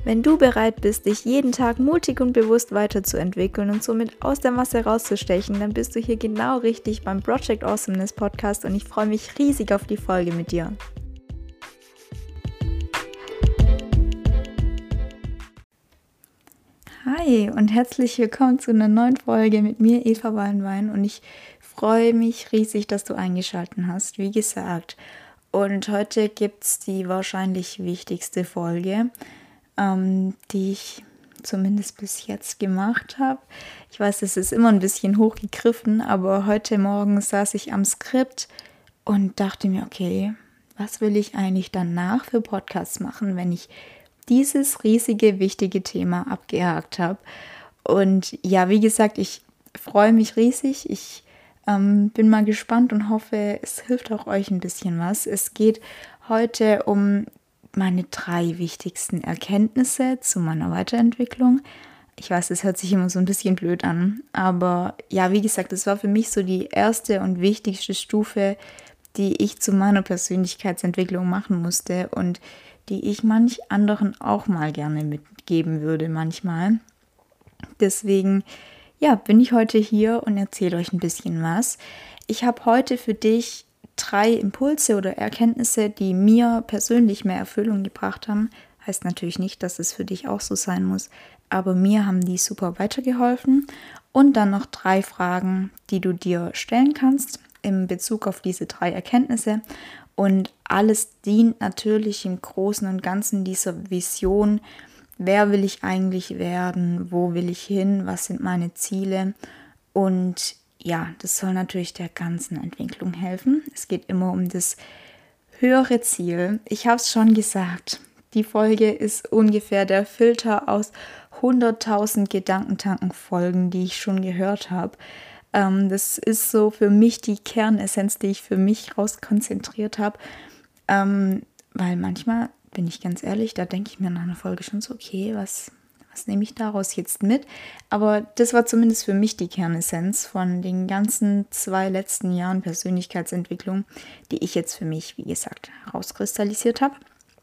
Wenn du bereit bist, dich jeden Tag mutig und bewusst weiterzuentwickeln und somit aus der Masse rauszustechen, dann bist du hier genau richtig beim Project Awesomeness Podcast und ich freue mich riesig auf die Folge mit dir. Hi und herzlich willkommen zu einer neuen Folge mit mir, Eva Wallenwein, und ich freue mich riesig, dass du eingeschaltet hast, wie gesagt. Und heute gibt es die wahrscheinlich wichtigste Folge, die ich zumindest bis jetzt gemacht habe. Ich weiß, es ist immer ein bisschen hochgegriffen, aber heute Morgen saß ich am Skript und dachte mir, okay, was will ich eigentlich danach für Podcasts machen, wenn ich dieses riesige, wichtige Thema abgehakt habe. Und ja, wie gesagt, ich freue mich riesig. Ich bin mal gespannt und hoffe, es hilft auch euch ein bisschen was. Es geht heute um meine 3 wichtigsten Erkenntnisse zu meiner Weiterentwicklung. Ich weiß, das hört sich immer so ein bisschen blöd an, aber ja, wie gesagt, das war für mich so die erste und wichtigste Stufe, die ich zu meiner Persönlichkeitsentwicklung machen musste und die ich manch anderen auch mal gerne mitgeben würde manchmal. Deswegen, ja, bin ich heute hier und erzähle euch ein bisschen was. Ich habe heute für dich 3 Impulse oder Erkenntnisse, die mir persönlich mehr Erfüllung gebracht haben. Heißt natürlich nicht, dass es für dich auch so sein muss, aber mir haben die super weitergeholfen. Und dann noch 3 Fragen, die du dir stellen kannst in Bezug auf diese 3 Erkenntnisse. Und alles dient natürlich im Großen und Ganzen dieser Vision. Wer will ich eigentlich werden? Wo will ich hin? Was sind meine Ziele? Und ja, das soll natürlich der ganzen Entwicklung helfen. Es geht immer um das höhere Ziel. Ich habe es schon gesagt, die Folge ist ungefähr der Filter aus 100.000 Gedankentanken-Folgen, die ich schon gehört habe. Das ist so für mich die Kernessenz, die ich für mich rauskonzentriert habe. Weil manchmal, bin ich ganz ehrlich, da denke ich mir nach einer Folge schon so, okay, was nehme ich daraus jetzt mit? Aber das war zumindest für mich die Kernessenz von den ganzen 2 letzten Jahren Persönlichkeitsentwicklung, die ich jetzt für mich, wie gesagt, herauskristallisiert habe.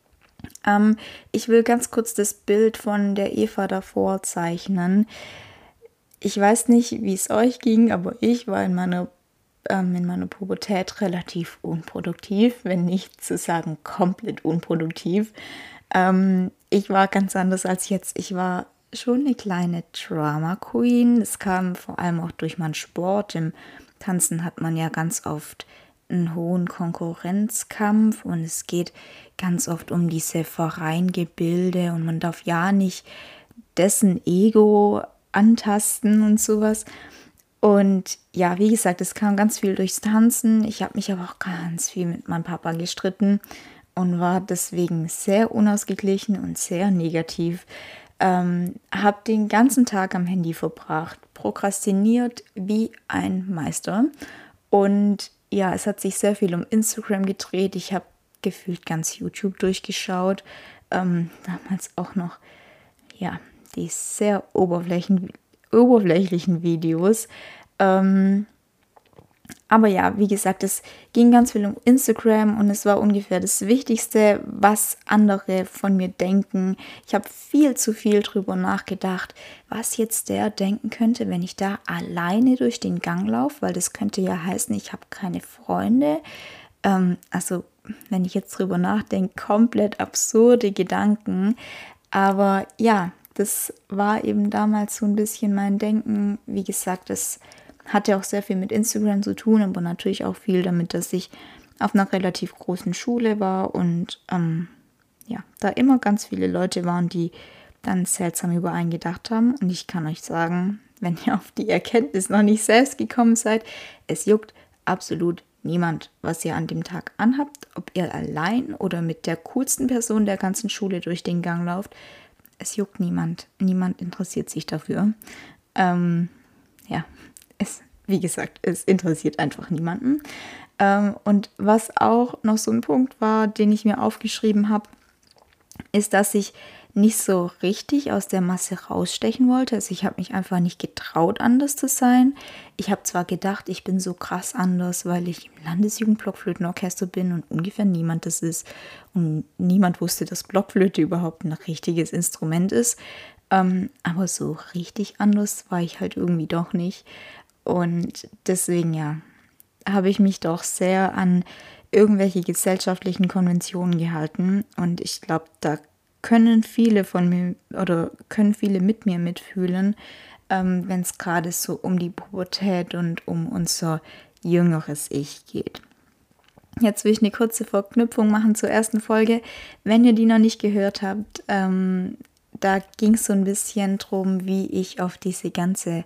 Ich will ganz kurz das Bild von der Eva davor zeichnen. Ich weiß nicht, wie es euch ging, aber ich war in meiner Pubertät relativ unproduktiv, wenn nicht zu sagen komplett unproduktiv. Ich war ganz anders als jetzt. Ich war schon eine kleine Drama Queen. Es kam vor allem auch durch meinen Sport. Im Tanzen hat man ja ganz oft einen hohen Konkurrenzkampf und es geht ganz oft um diese Vereingebilde und man darf ja nicht dessen Ego antasten und sowas. Und ja, wie gesagt, es kam ganz viel durchs Tanzen. Ich habe mich aber auch ganz viel mit meinem Papa gestritten und war deswegen sehr unausgeglichen und sehr negativ. Habe den ganzen Tag am Handy verbracht, prokrastiniert wie ein Meister. Und ja, es hat sich sehr viel um Instagram gedreht. Ich habe gefühlt ganz YouTube durchgeschaut. Damals auch noch, ja, die sehr oberflächlichen Videos. Aber ja, wie gesagt, es ging ganz viel um Instagram und es war ungefähr das Wichtigste, was andere von mir denken. Ich habe viel zu viel drüber nachgedacht, was jetzt der denken könnte, wenn ich da alleine durch den Gang laufe, weil das könnte ja heißen, ich habe keine Freunde. Also, wenn ich jetzt drüber nachdenke, komplett absurde Gedanken. Aber ja, das war eben damals so ein bisschen mein Denken. Wie gesagt, das hatte auch sehr viel mit Instagram zu tun, aber natürlich auch viel damit, dass ich auf einer relativ großen Schule war und ja, da immer ganz viele Leute waren, die dann seltsam über einen gedacht haben. Und ich kann euch sagen, wenn ihr auf die Erkenntnis noch nicht selbst gekommen seid, es juckt absolut niemand, was ihr an dem Tag anhabt, ob ihr allein oder mit der coolsten Person der ganzen Schule durch den Gang lauft. Es juckt niemand. Niemand interessiert sich dafür. Ja, wie gesagt, es interessiert einfach niemanden. Und was auch noch so ein Punkt war, den ich mir aufgeschrieben habe, ist, dass ich nicht so richtig aus der Masse rausstechen wollte. Also ich habe mich einfach nicht getraut, anders zu sein. Ich habe zwar gedacht, ich bin so krass anders, weil ich im Landesjugendblockflötenorchester bin und ungefähr niemand das ist. Und niemand wusste, dass Blockflöte überhaupt ein richtiges Instrument ist. Aber so richtig anders war ich halt irgendwie doch nicht. Und deswegen, ja, habe ich mich doch sehr an irgendwelche gesellschaftlichen Konventionen gehalten. Und ich glaube, da können viele von mir oder können viele mit mir mitfühlen, wenn es gerade so um die Pubertät und um unser jüngeres Ich geht. Jetzt will ich eine kurze Verknüpfung machen zur ersten Folge. Wenn ihr die noch nicht gehört habt, da ging es so ein bisschen drum, wie ich auf diese ganze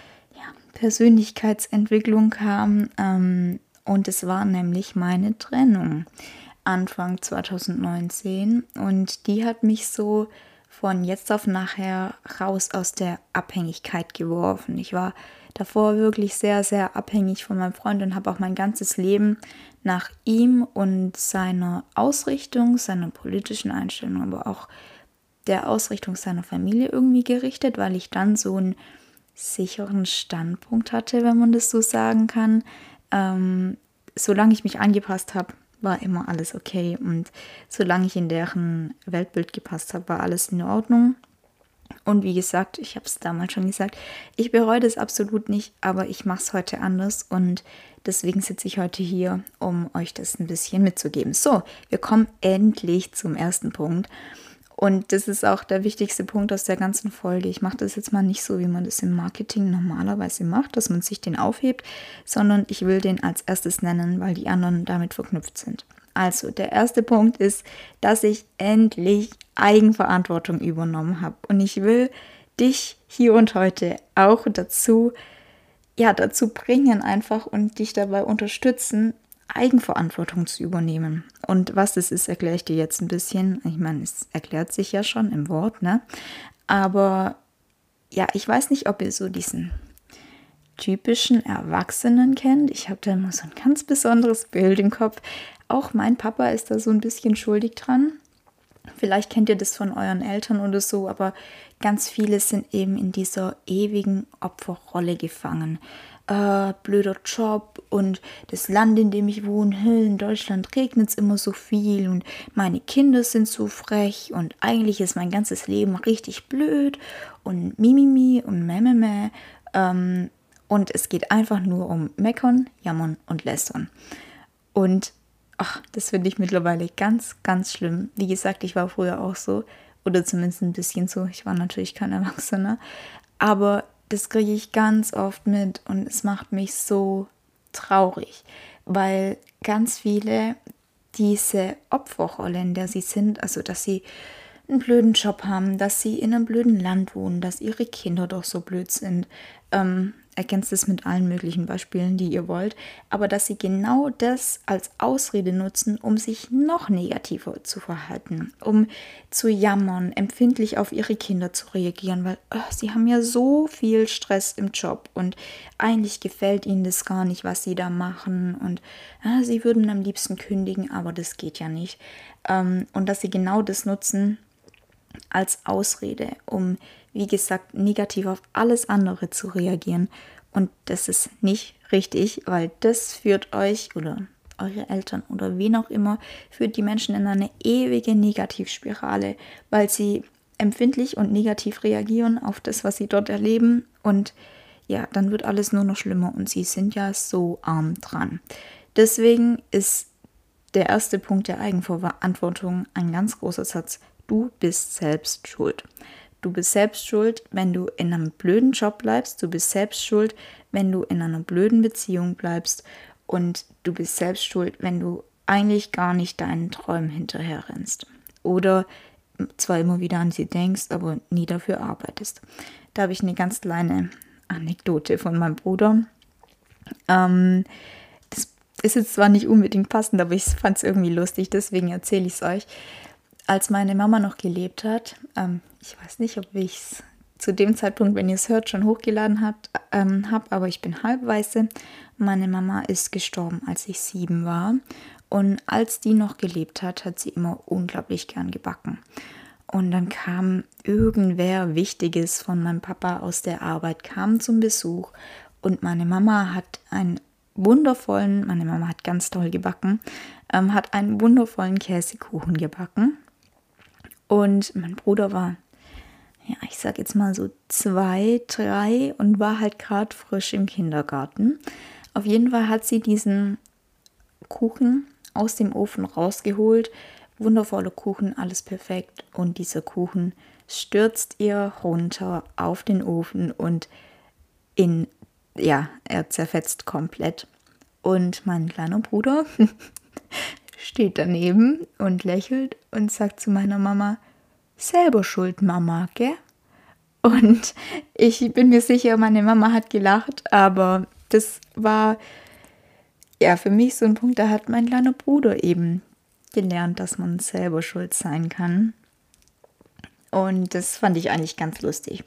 Persönlichkeitsentwicklung kam. Und es war nämlich meine Trennung Anfang 2019. Und die hat mich so von jetzt auf nachher raus aus der Abhängigkeit geworfen. Ich war davor wirklich sehr, sehr abhängig von meinem Freund und habe auch mein ganzes Leben nach ihm und seiner Ausrichtung, seiner politischen Einstellung, aber auch der Ausrichtung seiner Familie irgendwie gerichtet, weil ich dann so einen sicheren Standpunkt hatte, wenn man das so sagen kann. Solange ich mich angepasst habe, war immer alles okay. Und solange ich in deren Weltbild gepasst habe, war alles in Ordnung. Und wie gesagt, ich habe es damals schon gesagt, ich bereue das absolut nicht, aber ich mache es heute anders und deswegen sitze ich heute hier, um euch das ein bisschen mitzugeben. So, wir kommen endlich zum ersten Punkt. Und das ist auch der wichtigste Punkt aus der ganzen Folge. Ich mache das jetzt mal nicht so, wie man das im Marketing normalerweise macht, dass man sich den aufhebt, sondern ich will den als erstes nennen, weil die anderen damit verknüpft sind. Also, der erste Punkt ist, dass ich endlich Eigenverantwortung übernommen habe. Und ich will dich hier und heute auch dazu bringen einfach und dich dabei unterstützen, Eigenverantwortung zu übernehmen. Und was das ist, erkläre ich dir jetzt ein bisschen. Ich meine, es erklärt sich ja schon im Wort, ne? Aber ja, ich weiß nicht, ob ihr so diesen typischen Erwachsenen kennt. Ich habe da immer so ein ganz besonderes Bild im Kopf. Auch mein Papa ist da so ein bisschen schuldig dran. Vielleicht kennt ihr das von euren Eltern oder so, aber ganz viele sind eben in dieser ewigen Opferrolle gefangen. Blöder Job und das Land, in dem ich wohne, in Deutschland regnet es immer so viel und meine Kinder sind so frech und eigentlich ist mein ganzes Leben richtig blöd und mimimi und mämämä. Und es geht einfach nur um Meckern, Jammern und Lästern. Und das finde ich mittlerweile ganz, ganz schlimm. Wie gesagt, ich war früher auch so. Oder zumindest ein bisschen so. Ich war natürlich kein Erwachsener. Aber das kriege ich ganz oft mit. Und es macht mich so traurig. Weil ganz viele diese Opferrolle, in der sie sind, also dass sie einen blöden Job haben, dass sie in einem blöden Land wohnen, dass ihre Kinder doch so blöd sind. Ergänzt es mit allen möglichen Beispielen, die ihr wollt. Aber dass sie genau das als Ausrede nutzen, um sich noch negativer zu verhalten, um zu jammern, empfindlich auf ihre Kinder zu reagieren, weil sie haben ja so viel Stress im Job und eigentlich gefällt ihnen das gar nicht, was sie da machen und sie würden am liebsten kündigen, aber das geht ja nicht. Und dass sie genau das nutzen als Ausrede, um, wie gesagt, negativ auf alles andere zu reagieren. Und das ist nicht richtig, weil das führt euch oder eure Eltern oder wen auch immer, führt die Menschen in eine ewige Negativspirale, weil sie empfindlich und negativ reagieren auf das, was sie dort erleben. Und ja, dann wird alles nur noch schlimmer und sie sind ja so arm dran. Deswegen ist der erste Punkt der Eigenverantwortung ein ganz großer Satz. Du bist selbst schuld. Du bist selbst schuld, wenn du in einem blöden Job bleibst. Du bist selbst schuld, wenn du in einer blöden Beziehung bleibst. Und du bist selbst schuld, wenn du eigentlich gar nicht deinen Träumen hinterher rennst. Oder zwar immer wieder an sie denkst, aber nie dafür arbeitest. Da habe ich eine ganz kleine Anekdote von meinem Bruder. Das ist jetzt zwar nicht unbedingt passend, aber ich fand es irgendwie lustig, deswegen erzähle ich es euch. Als meine Mama noch gelebt hat, ich weiß nicht, ob ich es zu dem Zeitpunkt, wenn ihr es hört, schon hochgeladen habe, aber ich bin Halbwaise. Meine Mama ist gestorben, als ich 7 war. Und als die noch gelebt hat, hat sie immer unglaublich gern gebacken. Und dann kam irgendwer Wichtiges von meinem Papa aus der Arbeit, kam zum Besuch und meine Mama hat ganz toll gebacken, hat einen wundervollen Käsekuchen gebacken. Und mein Bruder war, ja, ich sag jetzt mal so 2, 3 und war halt gerade frisch im Kindergarten. Auf jeden Fall hat sie diesen Kuchen aus dem Ofen rausgeholt. Wundervoller Kuchen, alles perfekt. Und dieser Kuchen stürzt ihr runter auf den Ofen und er zerfetzt komplett. Und mein kleiner Bruder steht daneben und lächelt und sagt zu meiner Mama, selber schuld, Mama, gell? Und ich bin mir sicher, meine Mama hat gelacht, aber das war ja für mich so ein Punkt, da hat mein kleiner Bruder eben gelernt, dass man selber schuld sein kann. Und das fand ich eigentlich ganz lustig.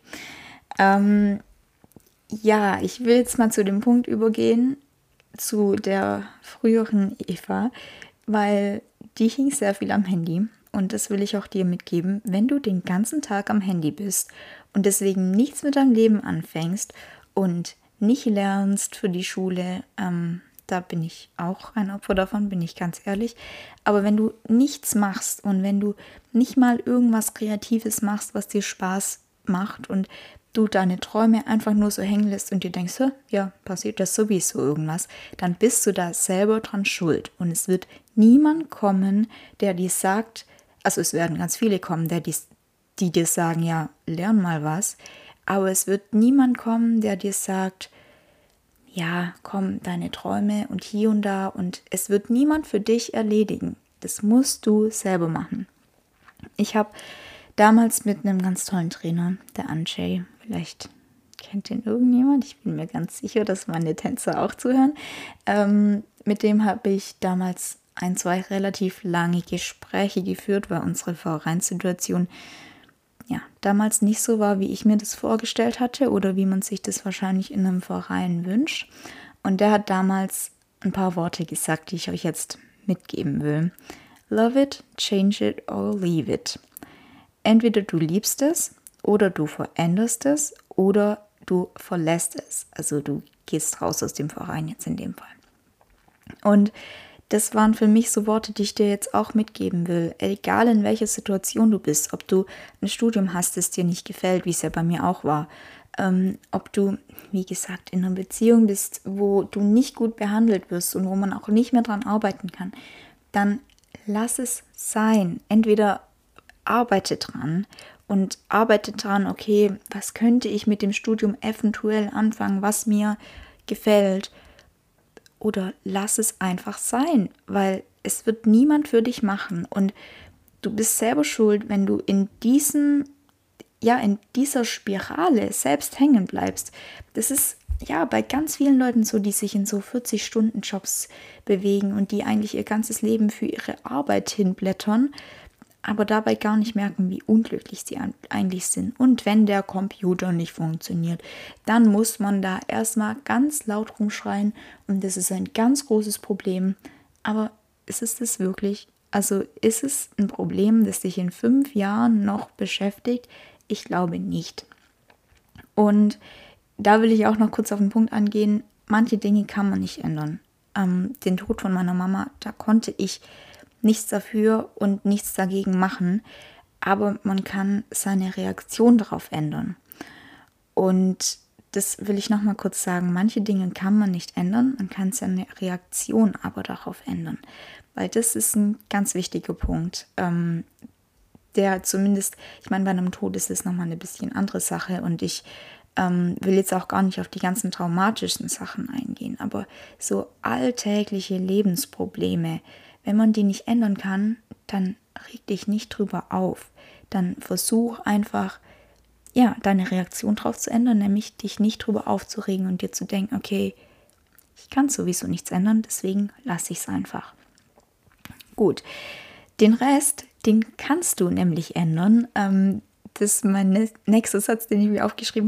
Ich will jetzt mal zu dem Punkt übergehen, zu der früheren Eva, weil die hing sehr viel am Handy. Und das will ich auch dir mitgeben, wenn du den ganzen Tag am Handy bist und deswegen nichts mit deinem Leben anfängst und nicht lernst für die Schule, da bin ich auch ein Opfer davon, bin ich ganz ehrlich. Aber wenn du nichts machst und wenn du nicht mal irgendwas Kreatives machst, was dir Spaß macht und du deine Träume einfach nur so hängen lässt und dir denkst, ja, passiert das sowieso irgendwas, dann bist du da selber dran schuld. Und es wird niemand kommen, der dir sagt, also es werden ganz viele kommen, die dir sagen, ja, lern mal was. Aber es wird niemand kommen, der dir sagt, ja, komm, deine Träume und hier und da. Und es wird niemand für dich erledigen. Das musst du selber machen. Ich habe damals mit einem ganz tollen Trainer, der Anjay, vielleicht kennt ihn irgendjemand, ich bin mir ganz sicher, dass meine Tänzer auch zuhören, mit dem habe ich damals 1, 2 relativ lange Gespräche geführt, weil unsere Vereinssituation damals nicht so war, wie ich mir das vorgestellt hatte oder wie man sich das wahrscheinlich in einem Verein wünscht. Und der hat damals ein paar Worte gesagt, die ich euch jetzt mitgeben will. Love it, change it or leave it. Entweder du liebst es oder du veränderst es oder du verlässt es. Also du gehst raus aus dem Verein jetzt in dem Fall. Und das waren für mich so Worte, die ich dir jetzt auch mitgeben will. Egal in welcher Situation du bist, ob du ein Studium hast, das dir nicht gefällt, wie es ja bei mir auch war. Ob du, wie gesagt, in einer Beziehung bist, wo du nicht gut behandelt wirst und wo man auch nicht mehr dran arbeiten kann, dann lass es sein. Entweder arbeite dran und arbeite dran, okay, was könnte ich mit dem Studium eventuell anfangen, was mir gefällt. Oder lass es einfach sein, weil es wird niemand für dich machen und du bist selber schuld, wenn du in dieser Spirale selbst hängen bleibst. Das ist ja bei ganz vielen Leuten so, die sich in so 40-Stunden-Jobs bewegen und die eigentlich ihr ganzes Leben für ihre Arbeit hinblättern, aber dabei gar nicht merken, wie unglücklich sie eigentlich sind. Und wenn der Computer nicht funktioniert, dann muss man da erstmal ganz laut rumschreien und das ist ein ganz großes Problem. Aber ist es das wirklich? Also ist es ein Problem, das dich in 5 Jahren noch beschäftigt? Ich glaube nicht. Und da will ich auch noch kurz auf den Punkt angehen, manche Dinge kann man nicht ändern. Den Tod von meiner Mama, da konnte ich nichts dafür und nichts dagegen machen, aber man kann seine Reaktion darauf ändern. Und das will ich nochmal kurz sagen, manche Dinge kann man nicht ändern, man kann seine Reaktion aber darauf ändern, weil das ist ein ganz wichtiger Punkt, der zumindest, ich meine, bei einem Tod ist es nochmal eine bisschen andere Sache und ich will jetzt auch gar nicht auf die ganzen traumatischen Sachen eingehen, aber so alltägliche Lebensprobleme, wenn man die nicht ändern kann, dann reg dich nicht drüber auf. Dann versuch einfach, deine Reaktion drauf zu ändern, nämlich dich nicht drüber aufzuregen und dir zu denken, okay, ich kann sowieso nichts ändern, deswegen lasse ich es einfach. Gut, den Rest, den kannst du nämlich ändern. Das ist mein nächster Satz, den ich mir aufgeschrieben habe.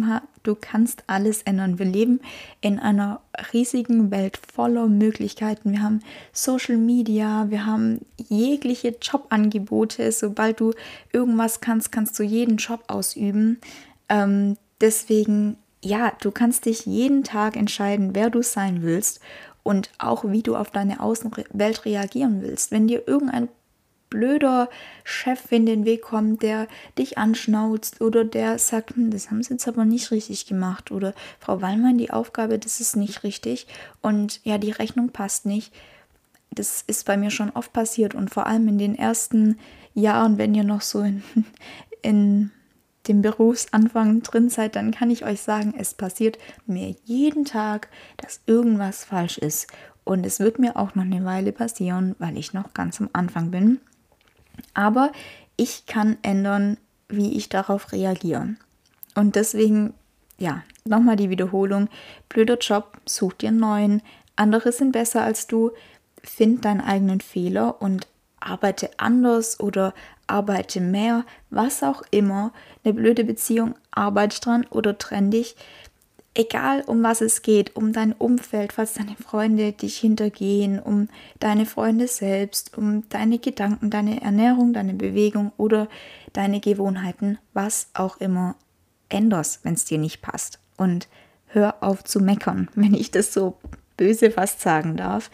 Du kannst alles ändern. Wir leben in einer riesigen Welt voller Möglichkeiten. Wir haben Social Media, wir haben jegliche Jobangebote. Sobald du irgendwas kannst, kannst du jeden Job ausüben. Deswegen, ja, du kannst dich jeden Tag entscheiden, wer du sein willst und auch wie du auf deine Außenwelt reagieren willst. Wenn dir irgendein blöder Chef in den Weg kommt, der dich anschnauzt oder der sagt, das haben sie jetzt aber nicht richtig gemacht oder Frau Wallmann, die Aufgabe, das ist nicht richtig und ja, die Rechnung passt nicht. Das ist bei mir schon oft passiert und vor allem in den ersten Jahren, wenn ihr noch so in dem Berufsanfang drin seid, dann kann ich euch sagen, es passiert mir jeden Tag, dass irgendwas falsch ist. Und es wird mir auch noch eine Weile passieren, weil ich noch ganz am Anfang bin. Aber ich kann ändern, wie ich darauf reagiere. Und deswegen, ja, nochmal die Wiederholung. Blöder Job, such dir einen neuen. Andere sind besser als du. Find deinen eigenen Fehler und arbeite anders oder arbeite mehr, was auch immer. Eine blöde Beziehung, arbeite dran oder trenn dich. Egal, um was es geht, um dein Umfeld, falls deine Freunde dich hintergehen, um deine Freunde selbst, um deine Gedanken, deine Ernährung, deine Bewegung oder deine Gewohnheiten, was auch immer, änderst, wenn es dir nicht passt. Und hör auf zu meckern, wenn ich das so böse fast sagen darf.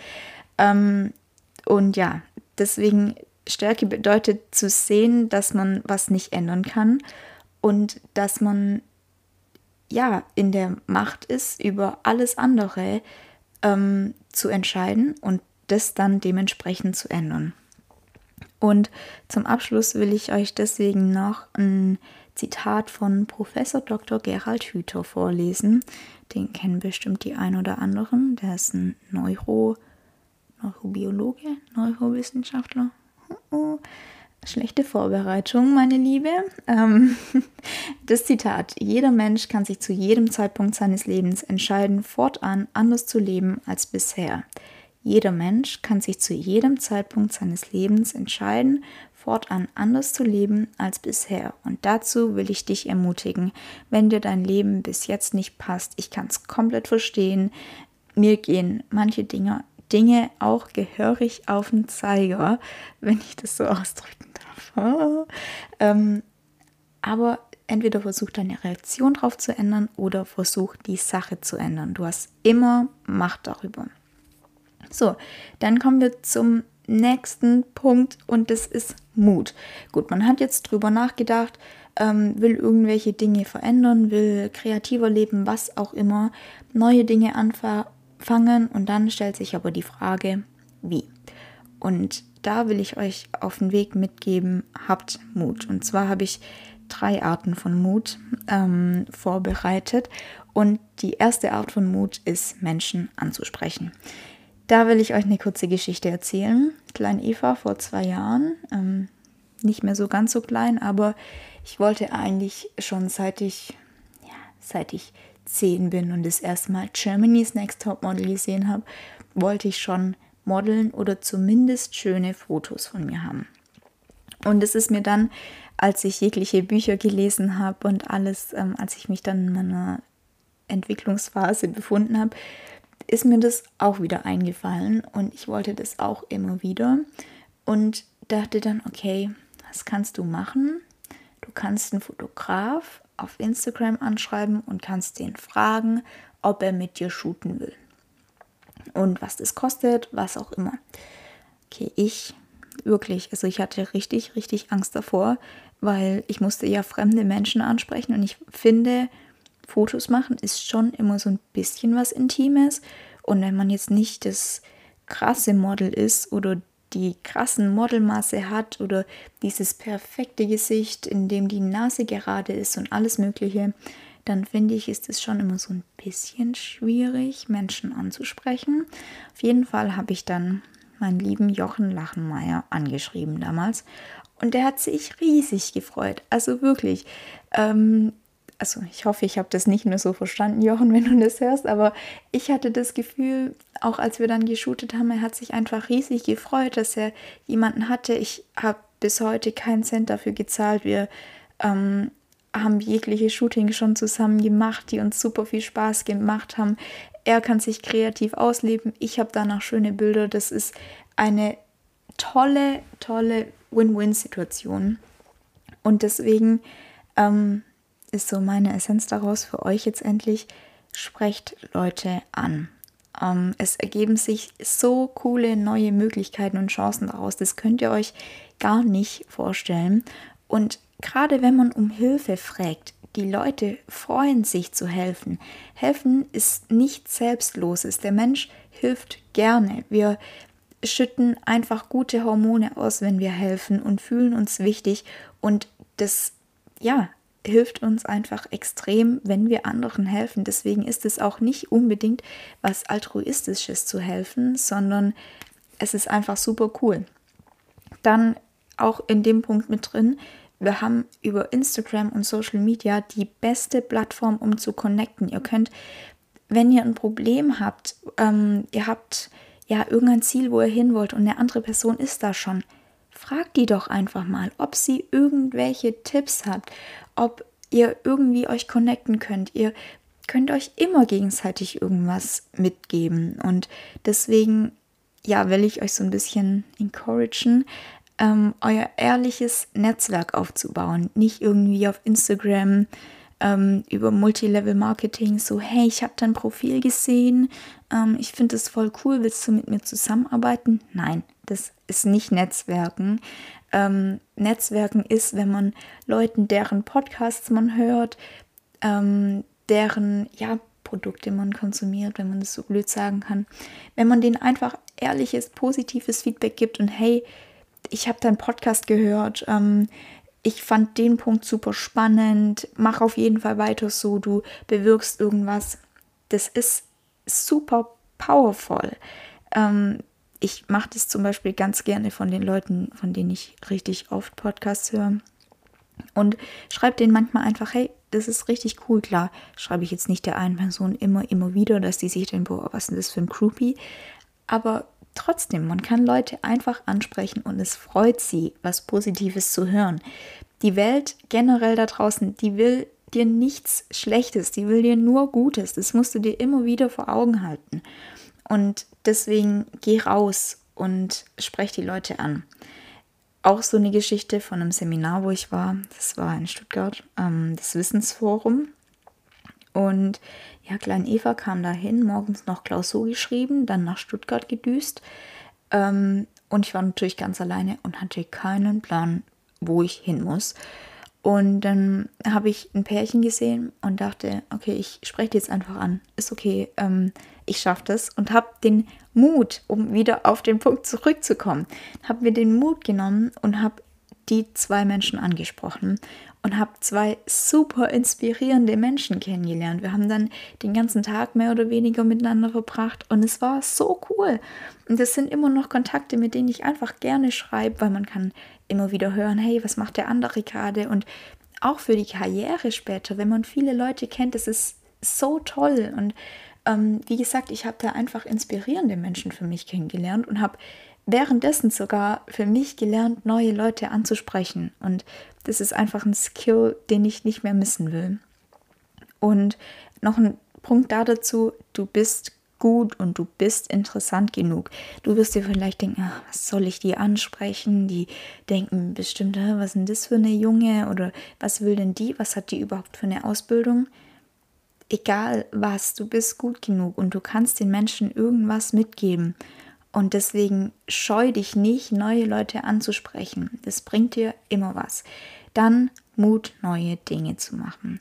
Und ja, deswegen Stärke bedeutet zu sehen, dass man was nicht ändern kann und dass man ja in der Macht ist, über alles andere zu entscheiden und das dann dementsprechend zu ändern. Und zum Abschluss will ich euch deswegen noch ein Zitat von Professor Dr. Gerald Hüther vorlesen. Den kennen bestimmt die ein oder anderen. Der ist ein Neurobiologe, Neurowissenschaftler. Schlechte Vorbereitung, meine Liebe. Das Zitat: Jeder Mensch kann sich zu jedem Zeitpunkt seines Lebens entscheiden, fortan anders zu leben als bisher. Jeder Mensch kann sich zu jedem Zeitpunkt seines Lebens entscheiden, fortan anders zu leben als bisher. Und dazu will ich dich ermutigen, wenn dir dein Leben bis jetzt nicht passt. Ich kann es komplett verstehen. Mir gehen manche Dinge auch gehörig auf den Zeiger, wenn ich das so ausdrücken darf. Aber entweder versuch deine Reaktion drauf zu ändern oder versuch die Sache zu ändern. Du hast immer Macht darüber. So, dann kommen wir zum nächsten Punkt und das ist Mut. Gut, man hat jetzt drüber nachgedacht, will irgendwelche Dinge verändern, will kreativer leben, was auch immer, neue Dinge anfangen und dann stellt sich aber die Frage, wie? Und da will ich euch auf den Weg mitgeben, habt Mut. Und zwar habe ich 3 Arten von Mut vorbereitet und die erste Art von Mut ist, Menschen anzusprechen. Da will ich euch eine kurze Geschichte erzählen. Klein Eva vor 2 Jahren, nicht mehr so ganz so klein, aber ich wollte eigentlich schon seit ich 10 bin und das erste Mal Germany's Next Topmodel gesehen habe, wollte ich schon modeln oder zumindest schöne Fotos von mir haben. Und es ist mir dann, als ich jegliche Bücher gelesen habe und alles, als ich mich dann in meiner Entwicklungsphase befunden habe, ist mir das auch wieder eingefallen und ich wollte das auch immer wieder und dachte dann, okay, was kannst du machen? Du kannst einen Fotograf auf Instagram anschreiben und kannst den fragen, ob er mit dir shooten will. Und was das kostet, was auch immer. Okay, ich hatte richtig, richtig Angst davor, weil ich musste ja fremde Menschen ansprechen und ich finde, Fotos machen ist schon immer so ein bisschen was Intimes. Und wenn man jetzt nicht das krasse Model ist oder die krassen Modelmaße hat oder dieses perfekte Gesicht, in dem die Nase gerade ist und alles Mögliche, dann finde ich, ist es schon immer so ein bisschen schwierig, Menschen anzusprechen. Auf jeden Fall habe ich dann meinen lieben Jochen Lachenmeier angeschrieben damals und der hat sich riesig gefreut. Also wirklich, also ich hoffe, ich habe das nicht nur so verstanden, Jochen, wenn du das hörst, aber ich hatte das Gefühl, auch als wir dann geshootet haben, er hat sich einfach riesig gefreut, dass er jemanden hatte. Ich habe bis heute keinen Cent dafür gezahlt. Wir haben jegliche Shootings schon zusammen gemacht, die uns super viel Spaß gemacht haben. Er kann sich kreativ ausleben. Ich habe danach schöne Bilder. Das ist eine tolle, tolle Win-Win-Situation. Und deswegen ist so meine Essenz daraus für euch jetzt endlich: Sprecht Leute an. Es ergeben sich so coole neue Möglichkeiten und Chancen daraus. Das könnt ihr euch gar nicht vorstellen. Und gerade wenn man um Hilfe fragt, die Leute freuen sich zu helfen. Helfen ist nichts Selbstloses. Der Mensch hilft gerne. Wir schütten einfach gute Hormone aus, wenn wir helfen, und fühlen uns wichtig. Und das, ja, hilft uns einfach extrem, wenn wir anderen helfen. Deswegen ist es auch nicht unbedingt was Altruistisches zu helfen, sondern es ist einfach super cool. Dann auch in dem Punkt mit drin: Wir haben über Instagram und Social Media die beste Plattform, um zu connecten. Ihr könnt, wenn ihr ein Problem habt, ihr habt ja irgendein Ziel, wo ihr hin wollt, und eine andere Person ist da schon, fragt die doch einfach mal, ob sie irgendwelche Tipps hat, ob ihr irgendwie euch connecten könnt. Ihr könnt euch immer gegenseitig irgendwas mitgeben. Und deswegen, ja, will ich euch so ein bisschen encouragen, euer ehrliches Netzwerk aufzubauen. Nicht irgendwie auf Instagram über Multilevel-Marketing so: Hey, ich habe dein Profil gesehen, ich finde es voll cool, willst du mit mir zusammenarbeiten? Nein, das ist nicht Netzwerken. Netzwerken ist, wenn man Leuten, deren Podcasts man hört, deren Produkte man konsumiert, wenn man das so blöd sagen kann, wenn man denen einfach ehrliches, positives Feedback gibt und: Hey, ich habe deinen Podcast gehört, ich fand den Punkt super spannend, mach auf jeden Fall weiter so, du bewirkst irgendwas. Das ist super powerful. Ich mache das zum Beispiel ganz gerne von den Leuten, von denen ich richtig oft Podcasts höre, und schreibe denen manchmal einfach: Hey, das ist richtig cool. Klar, schreibe ich jetzt nicht der einen Person immer wieder, dass die sich denken: Boah, was ist denn das für ein Groupie? Aber trotzdem, man kann Leute einfach ansprechen und es freut sie, was Positives zu hören. Die Welt generell da draußen, die will dir nichts Schlechtes, die will dir nur Gutes. Das musst du dir immer wieder vor Augen halten. Und deswegen geh raus und sprech die Leute an. Auch so eine Geschichte von einem Seminar, wo ich war, das war in Stuttgart, das Wissensforum. Und ja, Klein Eva kam dahin, morgens noch Klausur geschrieben, dann nach Stuttgart gedüst. Und ich war natürlich ganz alleine und hatte keinen Plan, wo ich hin muss. Und dann habe ich ein Pärchen gesehen und dachte: Okay, ich spreche die jetzt einfach an. Ist okay, ich schaffe das. Und habe den Mut, um wieder auf den Punkt zurückzukommen, habe mir den Mut genommen und habe die 2 Menschen angesprochen und habe 2 super inspirierende Menschen kennengelernt. Wir haben dann den ganzen Tag mehr oder weniger miteinander verbracht und es war so cool. Und das sind immer noch Kontakte, mit denen ich einfach gerne schreibe, weil man kann immer wieder hören: Hey, was macht der andere gerade? Und auch für die Karriere später, wenn man viele Leute kennt, das ist so toll. Und wie gesagt, ich habe da einfach inspirierende Menschen für mich kennengelernt und habe währenddessen sogar für mich gelernt, neue Leute anzusprechen. Und das ist einfach ein Skill, den ich nicht mehr missen will. Und noch ein Punkt dazu: Du bist gut und du bist interessant genug. Du wirst dir vielleicht denken: Was soll ich die ansprechen? Die denken bestimmt: Was ist denn das für eine Junge? Oder was will denn die? Was hat die überhaupt für eine Ausbildung? Egal was, du bist gut genug und du kannst den Menschen irgendwas mitgeben. Und deswegen scheu dich nicht, neue Leute anzusprechen. Das bringt dir immer was. Dann Mut, neue Dinge zu machen.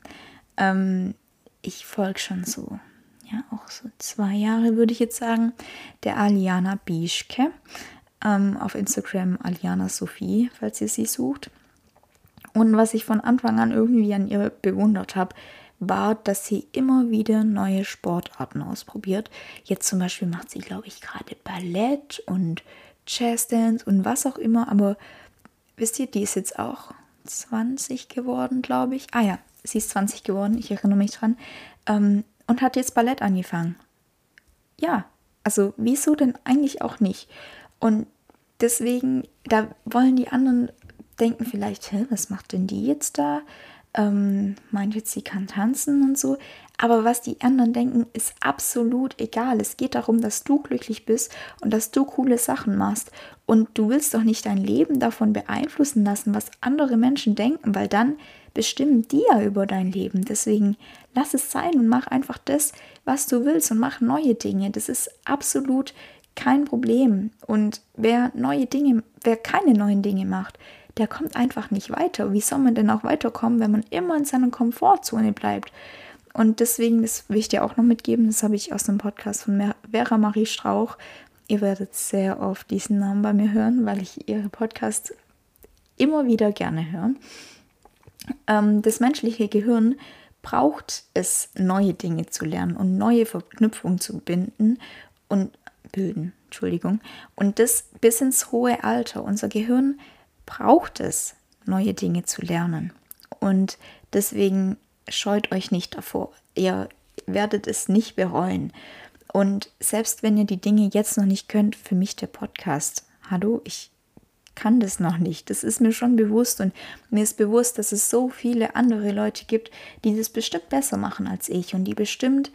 Ich folge schon so, auch so 2 Jahre, würde ich jetzt sagen, der Aliana Bieschke. Auf Instagram Aliana Sophie, falls ihr sie sucht. Und was ich von Anfang an irgendwie an ihr bewundert habe, war, dass sie immer wieder neue Sportarten ausprobiert. Jetzt zum Beispiel macht sie, glaube ich, gerade Ballett und Jazzdance und was auch immer. Aber wisst ihr, die ist jetzt auch 20 geworden, glaube ich. Sie ist 20 geworden, ich erinnere mich dran. Und hat jetzt Ballett angefangen. Ja, also wieso denn eigentlich auch nicht? Und deswegen, da wollen die anderen denken vielleicht: Was macht denn die jetzt da? meint jetzt, sie kann tanzen und so. Aber was die anderen denken, ist absolut egal. Es geht darum, dass du glücklich bist und dass du coole Sachen machst. Und du willst doch nicht dein Leben davon beeinflussen lassen, was andere Menschen denken, weil dann bestimmen die ja über dein Leben. Deswegen lass es sein und mach einfach das, was du willst und mach neue Dinge. Das ist absolut kein Problem. Und wer keine neuen Dinge macht, der kommt einfach nicht weiter. Wie soll man denn auch weiterkommen, wenn man immer in seiner Komfortzone bleibt? Und deswegen, das will ich dir auch noch mitgeben, das habe ich aus einem Podcast von Vera Marie Strauch. Ihr werdet sehr oft diesen Namen bei mir hören, weil ich ihre Podcasts immer wieder gerne höre. Das menschliche Gehirn braucht es, neue Dinge zu lernen und neue Verknüpfungen zu bilden. Und das bis ins hohe Alter. Unser Gehirn braucht es, neue Dinge zu lernen. Und deswegen scheut euch nicht davor. Ihr werdet es nicht bereuen. Und selbst wenn ihr die Dinge jetzt noch nicht könnt, für mich der Podcast. Hallo, ich kann das noch nicht. Das ist mir schon bewusst und mir ist bewusst, dass es so viele andere Leute gibt, die das bestimmt besser machen als ich und die bestimmt,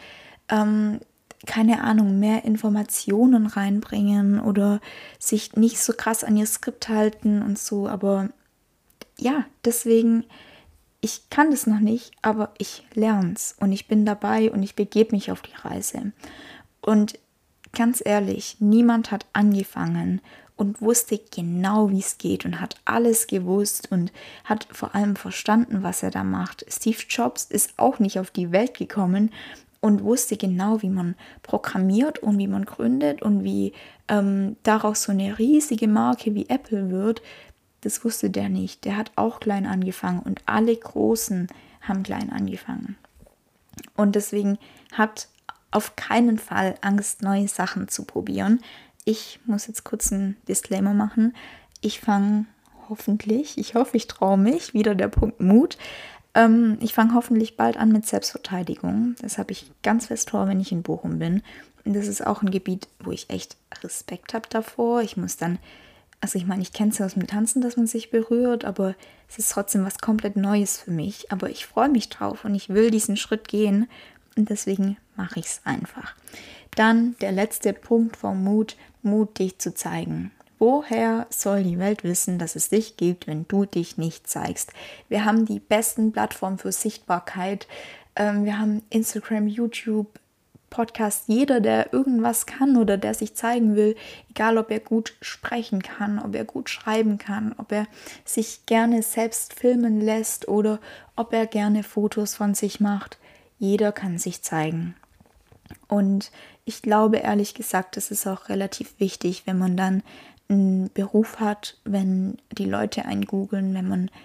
keine Ahnung, mehr Informationen reinbringen oder sich nicht so krass an ihr Skript halten und so. Aber ja, deswegen, ich kann das noch nicht, aber ich lerne es und ich bin dabei und ich begebe mich auf die Reise. Und ganz ehrlich, niemand hat angefangen und wusste genau, wie es geht und hat alles gewusst und hat vor allem verstanden, was er da macht. Steve Jobs ist auch nicht auf die Welt gekommen und wusste genau, wie man programmiert und wie man gründet und wie daraus so eine riesige Marke wie Apple wird. Das wusste der nicht. Der hat auch klein angefangen und alle Großen haben klein angefangen. Und deswegen habt auf keinen Fall Angst, neue Sachen zu probieren. Ich muss jetzt kurz einen Disclaimer machen. Ich fange hoffentlich, ich hoffe, ich traue mich, wieder der Punkt Mut. Ich fange hoffentlich bald an mit Selbstverteidigung. Das habe ich ganz fest vor, wenn ich in Bochum bin. Und das ist auch ein Gebiet, wo ich echt Respekt habe davor. Ich muss dann, also ich meine, ich kenne es ja aus dem Tanzen, dass man sich berührt, aber es ist trotzdem was komplett Neues für mich. Aber ich freue mich drauf und ich will diesen Schritt gehen und deswegen mache ich es einfach. Dann der letzte Punkt vom Mut, Mut dich zu zeigen. Woher soll die Welt wissen, dass es dich gibt, wenn du dich nicht zeigst? Wir haben die besten Plattformen für Sichtbarkeit. Wir haben Instagram, YouTube, Podcast. Jeder, der irgendwas kann oder der sich zeigen will, egal ob er gut sprechen kann, ob er gut schreiben kann, ob er sich gerne selbst filmen lässt oder ob er gerne Fotos von sich macht. Jeder kann sich zeigen. Und ich glaube ehrlich gesagt, das ist auch relativ wichtig, wenn man dann einen Beruf hat, wenn die Leute einen googeln,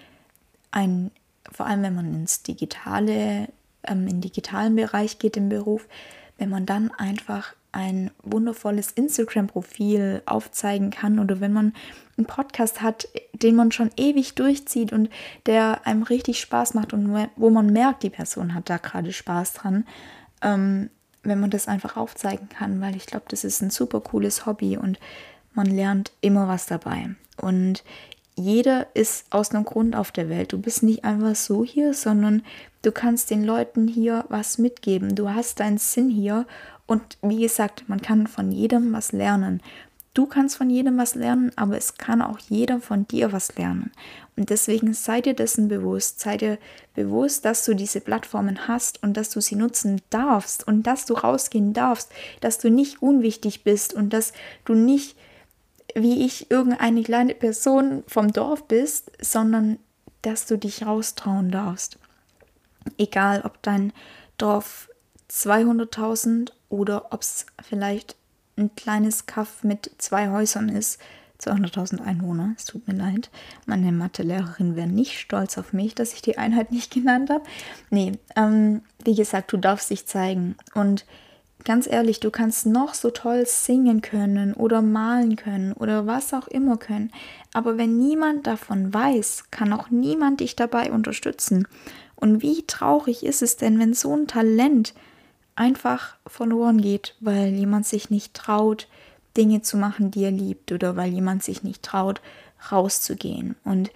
vor allem wenn man in den digitalen Bereich geht im Beruf, wenn man dann einfach ein wundervolles Instagram-Profil aufzeigen kann oder wenn man einen Podcast hat, den man schon ewig durchzieht und der einem richtig Spaß macht und wo man merkt, die Person hat da gerade Spaß dran, wenn man das einfach aufzeigen kann, weil ich glaube, das ist ein super cooles Hobby und man lernt immer was dabei. Und jeder ist aus einem Grund auf der Welt. Du bist nicht einfach so hier, sondern du kannst den Leuten hier was mitgeben. Du hast deinen Sinn hier und wie gesagt, man kann von jedem was lernen. Du kannst von jedem was lernen, aber es kann auch jeder von dir was lernen. Und deswegen sei dir dessen bewusst. Sei dir bewusst, dass du diese Plattformen hast und dass du sie nutzen darfst und dass du rausgehen darfst, dass du nicht unwichtig bist und dass du nicht, wie ich, irgendeine kleine Person vom Dorf bist, sondern dass du dich raustrauen darfst. Egal, ob dein Dorf 200.000 oder ob es vielleicht ein kleines Kaff mit 2 Häusern ist, 200.000 Einwohner, es tut mir leid. Meine Mathelehrerin wäre nicht stolz auf mich, dass ich die Einheit nicht genannt habe. Nee, wie gesagt, du darfst dich zeigen. Und ganz ehrlich, du kannst noch so toll singen können oder malen können oder was auch immer können. Aber wenn niemand davon weiß, kann auch niemand dich dabei unterstützen. Und wie traurig ist es denn, wenn so ein Talent einfach verloren geht, weil jemand sich nicht traut, Dinge zu machen, die er liebt oder weil jemand sich nicht traut, rauszugehen. Und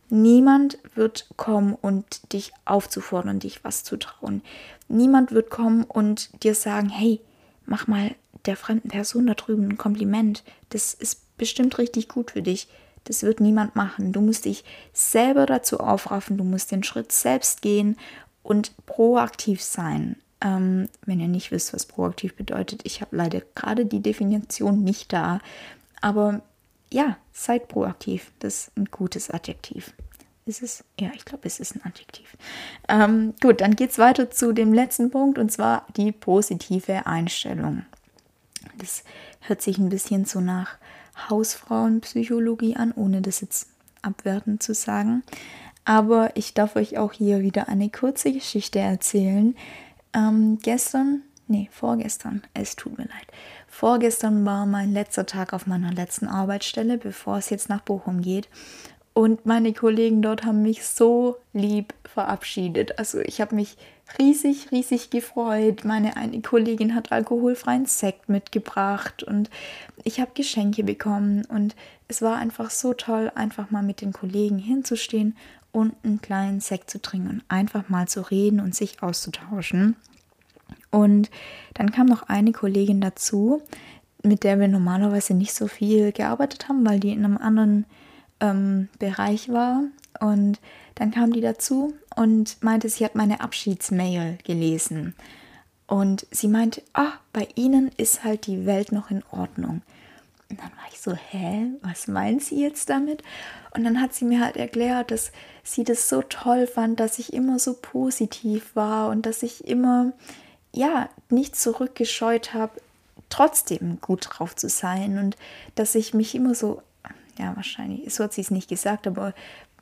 Niemand wird kommen und dich aufzufordern, dich was zu trauen. Niemand wird kommen und dir sagen, hey, mach mal der fremden Person da drüben ein Kompliment. Das ist bestimmt richtig gut für dich. Das wird niemand machen. Du musst dich selber dazu aufraffen. Du musst den Schritt selbst gehen und proaktiv sein. Wenn ihr nicht wisst, was proaktiv bedeutet, ich habe leider gerade die Definition nicht da. Aber ja, seid proaktiv. Das ist ein gutes Adjektiv. Ist es? Ja, ich glaube, es ist ein Adjektiv. Gut, dann geht es weiter zu dem letzten Punkt, und zwar die positive Einstellung. Das hört sich ein bisschen so nach Hausfrauenpsychologie an, ohne das jetzt abwertend zu sagen. Aber ich darf euch auch hier wieder eine kurze Geschichte erzählen. Vorgestern, es tut mir leid. Vorgestern war mein letzter Tag auf meiner letzten Arbeitsstelle, bevor es jetzt nach Bochum geht. Und meine Kollegen dort haben mich so lieb verabschiedet. Also ich habe mich riesig, riesig gefreut. Meine eine Kollegin hat alkoholfreien Sekt mitgebracht und ich habe Geschenke bekommen. Und es war einfach so toll, einfach mal mit den Kollegen hinzustehen und einen kleinen Sekt zu trinken und einfach mal zu reden und sich auszutauschen. Und dann kam noch eine Kollegin dazu, mit der wir normalerweise nicht so viel gearbeitet haben, weil die in einem anderen Bereich war. Und dann kam die dazu und meinte, sie hat meine Abschiedsmail gelesen. Und sie meinte, bei Ihnen ist halt die Welt noch in Ordnung. Und dann war ich so, was meint sie jetzt damit? Und dann hat sie mir halt erklärt, dass sie das so toll fand, dass ich immer so positiv war und dass ich immer, nicht zurückgescheut habe, trotzdem gut drauf zu sein und dass ich mich immer so, wahrscheinlich, so hat sie es nicht gesagt, aber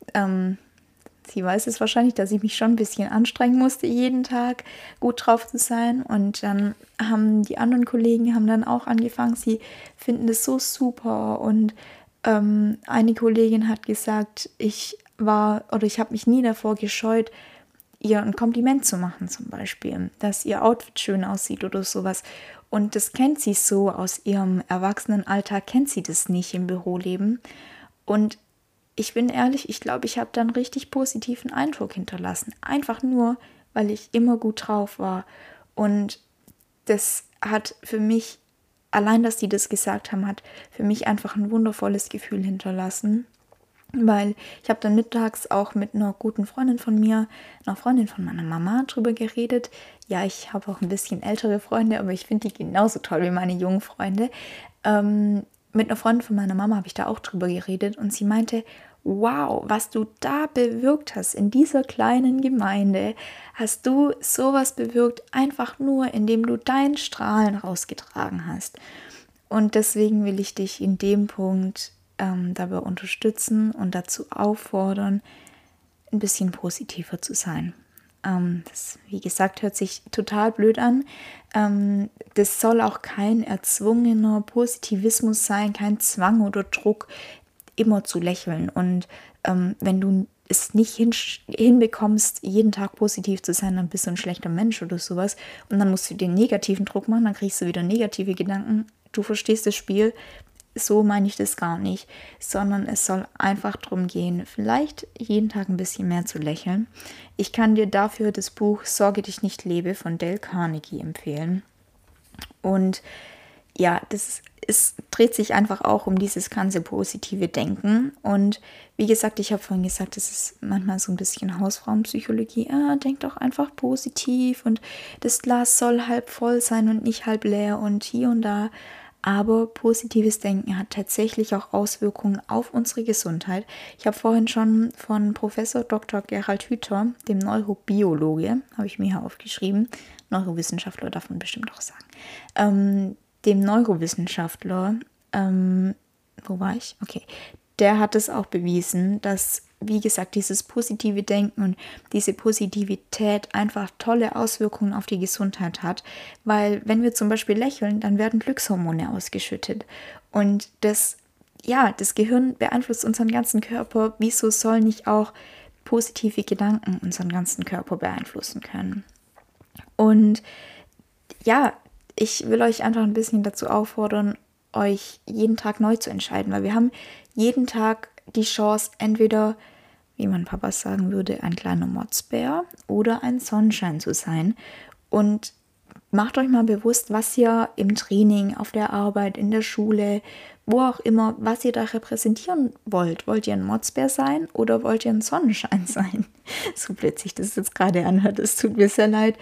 sie weiß es wahrscheinlich, dass ich mich schon ein bisschen anstrengen musste, jeden Tag gut drauf zu sein. Und dann haben die anderen Kollegen dann auch angefangen, sie finden das so super. Und eine Kollegin hat gesagt, ich habe mich nie davor gescheut, ihr ein Kompliment zu machen zum Beispiel, dass ihr Outfit schön aussieht oder sowas. Und das kennt sie so aus ihrem Erwachsenenalltag, kennt sie das nicht im Büroleben. Und ich bin ehrlich, ich glaube, ich habe da einen richtig positiven Eindruck hinterlassen. Einfach nur, weil ich immer gut drauf war. Und das hat für mich, allein dass die das gesagt haben, hat für mich einfach ein wundervolles Gefühl hinterlassen. Weil ich habe dann mittags auch mit einer guten Freundin von mir, einer Freundin von meiner Mama, drüber geredet. Ja, ich habe auch ein bisschen ältere Freunde, aber ich finde die genauso toll wie meine jungen Freunde. Mit einer Freundin von meiner Mama habe ich da auch drüber geredet und sie meinte, wow, was du da bewirkt hast in dieser kleinen Gemeinde, hast du sowas bewirkt, einfach nur, indem du dein Strahlen rausgetragen hast. Und deswegen will ich dich in dem Punkt dabei unterstützen und dazu auffordern, ein bisschen positiver zu sein. Das, wie gesagt, hört sich total blöd an. Das soll auch kein erzwungener Positivismus sein, kein Zwang oder Druck, immer zu lächeln. Und wenn du es nicht hinbekommst, jeden Tag positiv zu sein, dann bist du ein schlechter Mensch oder sowas. Und dann musst du den negativen Druck machen, dann kriegst du wieder negative Gedanken. Du verstehst das Spiel. So meine ich das gar nicht, sondern es soll einfach darum gehen, vielleicht jeden Tag ein bisschen mehr zu lächeln. Ich kann dir dafür das Buch Sorge dich nicht lebe von Dale Carnegie empfehlen. Und ja, es dreht sich einfach auch um dieses ganze positive Denken. Und wie gesagt, ich habe vorhin gesagt, es ist manchmal so ein bisschen Hausfrauenpsychologie. Denk doch einfach positiv und das Glas soll halb voll sein und nicht halb leer und hier und da. Aber positives Denken hat tatsächlich auch Auswirkungen auf unsere Gesundheit. Ich habe vorhin schon von Professor Dr. Gerald Hüther, dem Neurobiologe, habe ich mir hier aufgeschrieben, Neurowissenschaftler darf man bestimmt auch sagen, dem Neurowissenschaftler, wo war ich? Okay, der hat es auch bewiesen, dass, wie gesagt, dieses positive Denken und diese Positivität einfach tolle Auswirkungen auf die Gesundheit hat, weil wenn wir zum Beispiel lächeln, dann werden Glückshormone ausgeschüttet und das Gehirn beeinflusst unseren ganzen Körper. Wieso soll nicht auch positive Gedanken unseren ganzen Körper beeinflussen können? Und ja, ich will euch einfach ein bisschen dazu auffordern, euch jeden Tag neu zu entscheiden, weil wir haben jeden Tag die Chance, entweder wie mein Papa sagen würde, ein kleiner Motzbär oder ein Sonnenschein zu sein. Und macht euch mal bewusst, was ihr im Training, auf der Arbeit, in der Schule, wo auch immer, was ihr da repräsentieren wollt. Wollt ihr ein Motzbär sein oder wollt ihr ein Sonnenschein sein? So blöd sich das jetzt gerade anhört, es tut mir sehr leid.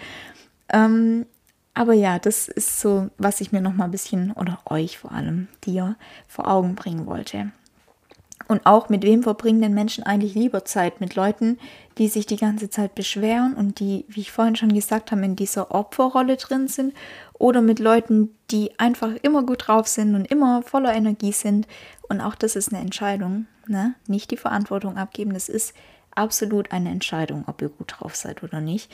Aber ja, das ist so, was ich mir noch mal ein bisschen, oder euch vor allem, dir vor Augen bringen wollte. Und auch, mit wem verbringen denn Menschen eigentlich lieber Zeit? Mit Leuten, die sich die ganze Zeit beschweren und die, wie ich vorhin schon gesagt habe, in dieser Opferrolle drin sind, oder mit Leuten, die einfach immer gut drauf sind und immer voller Energie sind. Und auch das ist eine Entscheidung, ne? Nicht die Verantwortung abgeben, das ist absolut eine Entscheidung, ob ihr gut drauf seid oder nicht.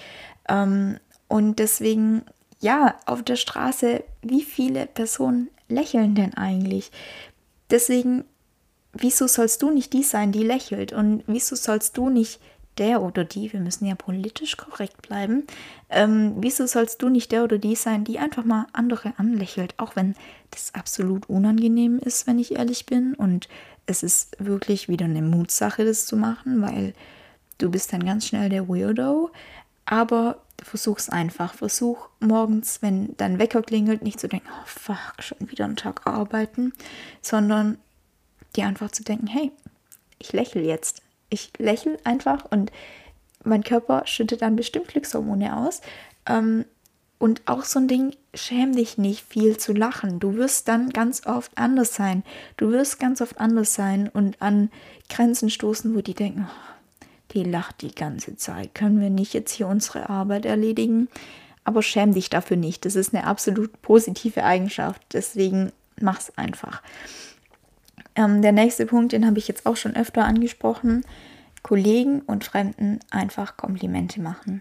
Und deswegen, ja, auf der Straße, wie viele Personen lächeln denn eigentlich? Deswegen, wieso sollst du nicht die sein, die lächelt? Und wieso sollst du nicht der oder die, wir müssen ja politisch korrekt bleiben, wieso sollst du nicht der oder die sein, die einfach mal andere anlächelt? Auch wenn das absolut unangenehm ist, wenn ich ehrlich bin. Und es ist wirklich wieder eine Mutsache, das zu machen, weil du bist dann ganz schnell der Weirdo. Aber versuch's einfach. Versuch morgens, wenn dein Wecker klingelt, nicht zu denken, oh fuck, schon wieder einen Tag arbeiten, sondern dir einfach zu denken, hey, ich lächle jetzt. Ich lächle einfach und mein Körper schüttet dann bestimmt Glückshormone aus. Und auch so ein Ding, schäm dich nicht, viel zu lachen. Du wirst dann ganz oft anders sein. Du wirst ganz oft anders sein und an Grenzen stoßen, wo die denken, oh, die lacht die ganze Zeit. Können wir nicht jetzt hier unsere Arbeit erledigen? Aber schäm dich dafür nicht. Das ist eine absolut positive Eigenschaft. Deswegen mach's einfach. Der nächste Punkt, den habe ich jetzt auch schon öfter angesprochen, Kollegen und Fremden einfach Komplimente machen.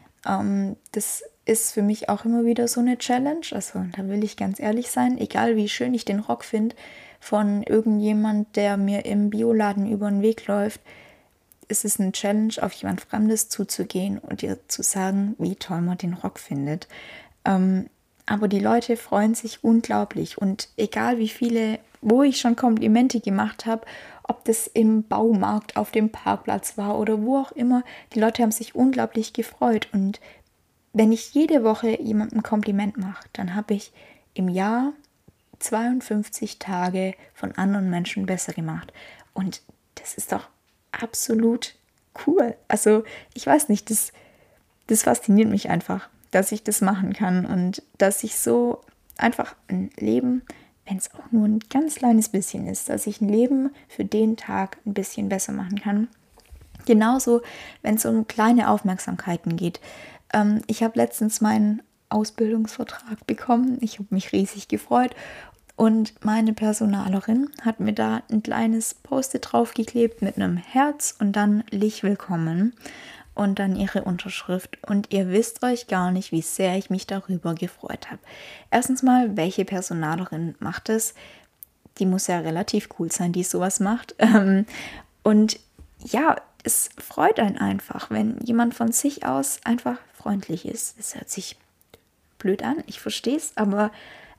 Das ist für mich auch immer wieder so eine Challenge, also da will ich ganz ehrlich sein, egal wie schön ich den Rock finde von irgendjemand, der mir im Bioladen über den Weg läuft, ist es eine Challenge, auf jemand Fremdes zuzugehen und ihr zu sagen, wie toll man den Rock findet. Aber die Leute freuen sich unglaublich und egal wie viele, wo ich schon Komplimente gemacht habe, ob das im Baumarkt auf dem Parkplatz war oder wo auch immer, die Leute haben sich unglaublich gefreut. Und wenn ich jede Woche jemandem ein Kompliment mache, dann habe ich im Jahr 52 Tage von anderen Menschen besser gemacht. Und das ist doch absolut cool. Also ich weiß nicht, das fasziniert mich einfach, dass ich das machen kann und dass ich so einfach ein Leben, wenn es auch nur ein ganz kleines bisschen ist, dass ich ein Leben für den Tag ein bisschen besser machen kann. Genauso, wenn es um kleine Aufmerksamkeiten geht. Ich habe letztens meinen Ausbildungsvertrag bekommen. Ich habe mich riesig gefreut. Und meine Personalerin hat mir da ein kleines Post-it draufgeklebt mit einem Herz und dann Lich willkommen und dann ihre Unterschrift. Und ihr wisst euch gar nicht, wie sehr ich mich darüber gefreut habe. Erstens mal, welche Personalerin macht das? Die muss ja relativ cool sein, die sowas macht. Und ja, es freut einen einfach, wenn jemand von sich aus einfach freundlich ist. Es hört sich blöd an, ich verstehe es, aber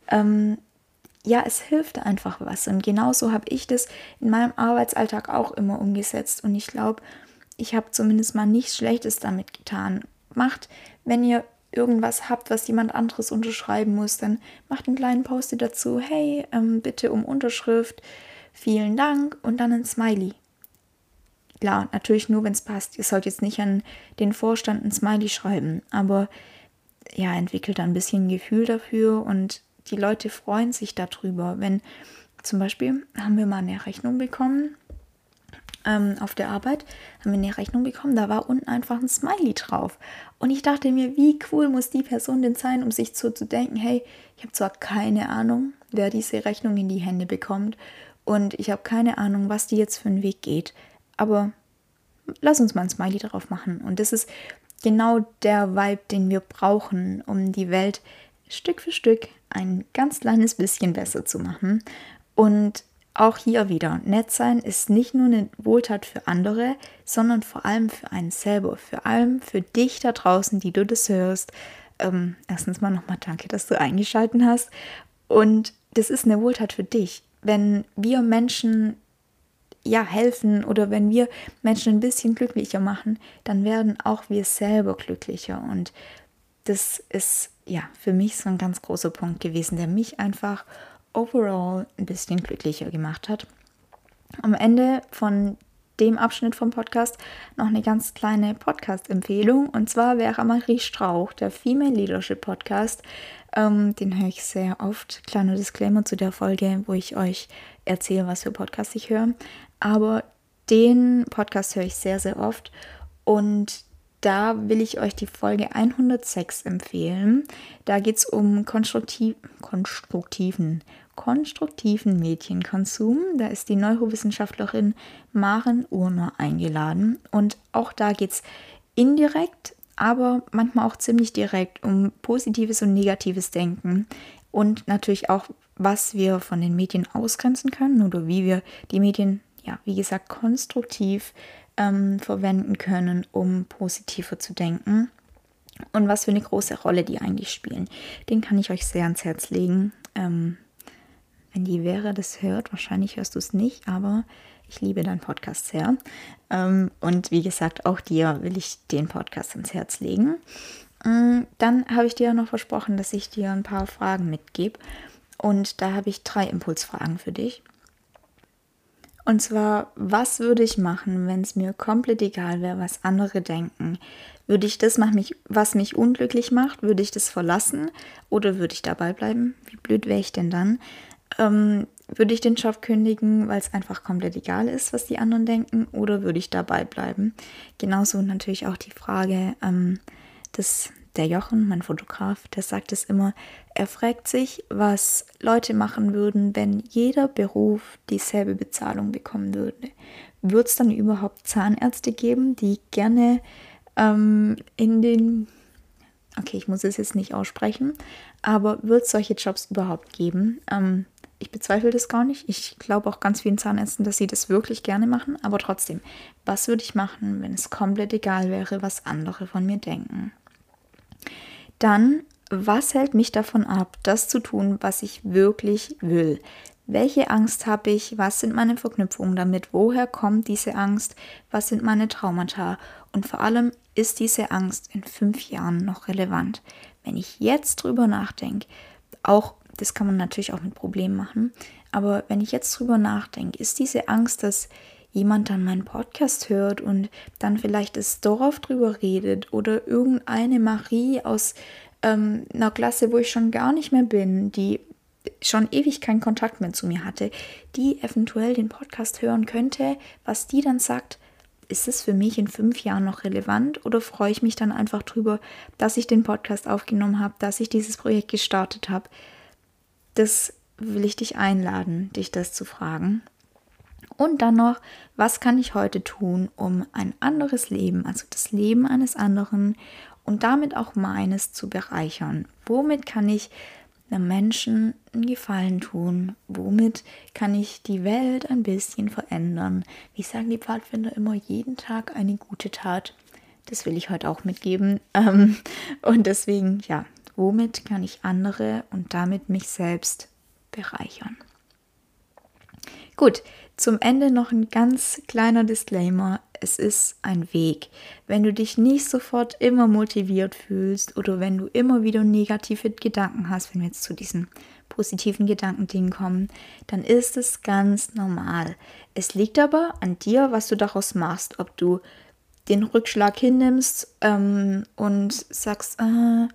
ja, es hilft einfach was. Und genauso habe ich das in meinem Arbeitsalltag auch immer umgesetzt. Und ich glaube, ich habe zumindest mal nichts Schlechtes damit getan. Macht, wenn ihr irgendwas habt, was jemand anderes unterschreiben muss, dann macht einen kleinen Post-it dazu. Hey, bitte um Unterschrift, vielen Dank und dann ein Smiley. Klar, natürlich nur, wenn es passt. Ihr sollt jetzt nicht an den Vorstand ein Smiley schreiben, aber ja, entwickelt da ein bisschen Gefühl dafür und die Leute freuen sich darüber. Wenn zum Beispiel haben wir mal eine Rechnung bekommen, auf der Arbeit haben wir eine Rechnung bekommen, da war unten einfach ein Smiley drauf. Und ich dachte mir, wie cool muss die Person denn sein, um sich so zu denken, hey, ich habe zwar keine Ahnung, wer diese Rechnung in die Hände bekommt und ich habe keine Ahnung, was die jetzt für einen Weg geht, aber lass uns mal ein Smiley drauf machen. Und das ist genau der Vibe, den wir brauchen, um die Welt Stück für Stück ein ganz kleines bisschen besser zu machen. Und auch hier wieder, nett sein ist nicht nur eine Wohltat für andere, sondern vor allem für einen selber, vor allem für dich da draußen, die du das hörst. Erstens mal nochmal danke, dass du eingeschaltet hast. Und das ist eine Wohltat für dich. Wenn wir Menschen helfen oder wenn wir Menschen ein bisschen glücklicher machen, dann werden auch wir selber glücklicher. Und das ist für mich so ein ganz großer Punkt gewesen, der mich einfach overall ein bisschen glücklicher gemacht hat. Am Ende von dem Abschnitt vom Podcast noch eine ganz kleine Podcast-Empfehlung. Und zwar wäre Marie Strauch, der Female Leadership Podcast. Den höre ich sehr oft. Kleiner Disclaimer zu der Folge, wo ich euch erzähle, was für Podcasts ich höre. Aber den Podcast höre ich sehr, sehr oft. Und da will ich euch die Folge 106 empfehlen. Da geht es um konstruktiven Medienkonsum. Da ist die Neurowissenschaftlerin Maren Urner eingeladen. Und auch da geht es indirekt, aber manchmal auch ziemlich direkt um positives und negatives Denken. Und natürlich auch, was wir von den Medien ausgrenzen können oder wie wir die Medien, wie gesagt, konstruktiv verwenden können, um positiver zu denken. Und was für eine große Rolle die eigentlich spielen. Den kann ich euch sehr ans Herz legen. Wenn die Vera das hört, wahrscheinlich hörst du es nicht, aber ich liebe deinen Podcast sehr. Und wie gesagt, auch dir will ich den Podcast ans Herz legen. Dann habe ich dir ja noch versprochen, dass ich dir ein paar Fragen mitgebe. Und da habe ich 3 Impulsfragen für dich. Und zwar, was würde ich machen, wenn es mir komplett egal wäre, was andere denken? Würde ich das machen, was mich unglücklich macht? Würde ich das verlassen oder würde ich dabei bleiben? Wie blöd wäre ich denn dann? Würde ich den Job kündigen, weil es einfach komplett egal ist, was die anderen denken? Oder würde ich dabei bleiben? Genauso natürlich auch die Frage, der Jochen, mein Fotograf, der sagt es immer, er fragt sich, was Leute machen würden, wenn jeder Beruf dieselbe Bezahlung bekommen würde. Würde es dann überhaupt Zahnärzte geben, die gerne ich muss es jetzt nicht aussprechen, aber wird es solche Jobs überhaupt geben? Ich bezweifle das gar nicht. Ich glaube auch ganz vielen Zahnärzten, dass sie das wirklich gerne machen, aber trotzdem, was würde ich machen, wenn es komplett egal wäre, was andere von mir denken? Dann, was hält mich davon ab, das zu tun, was ich wirklich will? Welche Angst habe ich? Was sind meine Verknüpfungen damit? Woher kommt diese Angst? Was sind meine Traumata? Und vor allem, ist diese Angst in 5 Jahren noch relevant? Wenn ich jetzt drüber nachdenke, das kann man natürlich auch mit Problemen machen, aber wenn ich jetzt drüber nachdenke, ist diese Angst, dass jemand dann meinen Podcast hört und dann vielleicht das Dorf drüber redet oder irgendeine Marie aus einer Klasse, wo ich schon gar nicht mehr bin, die schon ewig keinen Kontakt mehr zu mir hatte, die eventuell den Podcast hören könnte, was die dann sagt, ist es für mich in 5 Jahren noch relevant oder freue ich mich dann einfach drüber, dass ich den Podcast aufgenommen habe, dass ich dieses Projekt gestartet habe? Das will ich dich einladen, dich das zu fragen. Und dann noch, was kann ich heute tun, um ein anderes Leben, also das Leben eines anderen und damit auch meines zu bereichern? Womit kann ich einem Menschen einen Gefallen tun? Womit kann ich die Welt ein bisschen verändern? Wie sagen die Pfadfinder immer, jeden Tag eine gute Tat. Das will ich heute auch mitgeben. Und deswegen, womit kann ich andere und damit mich selbst bereichern? Gut, zum Ende noch ein ganz kleiner Disclaimer. Es ist ein Weg. Wenn du dich nicht sofort immer motiviert fühlst oder wenn du immer wieder negative Gedanken hast, wenn wir jetzt zu diesen positiven Gedankendingen kommen, dann ist es ganz normal. Es liegt aber an dir, was du daraus machst, ob du den Rückschlag hinnimmst und sagst, dann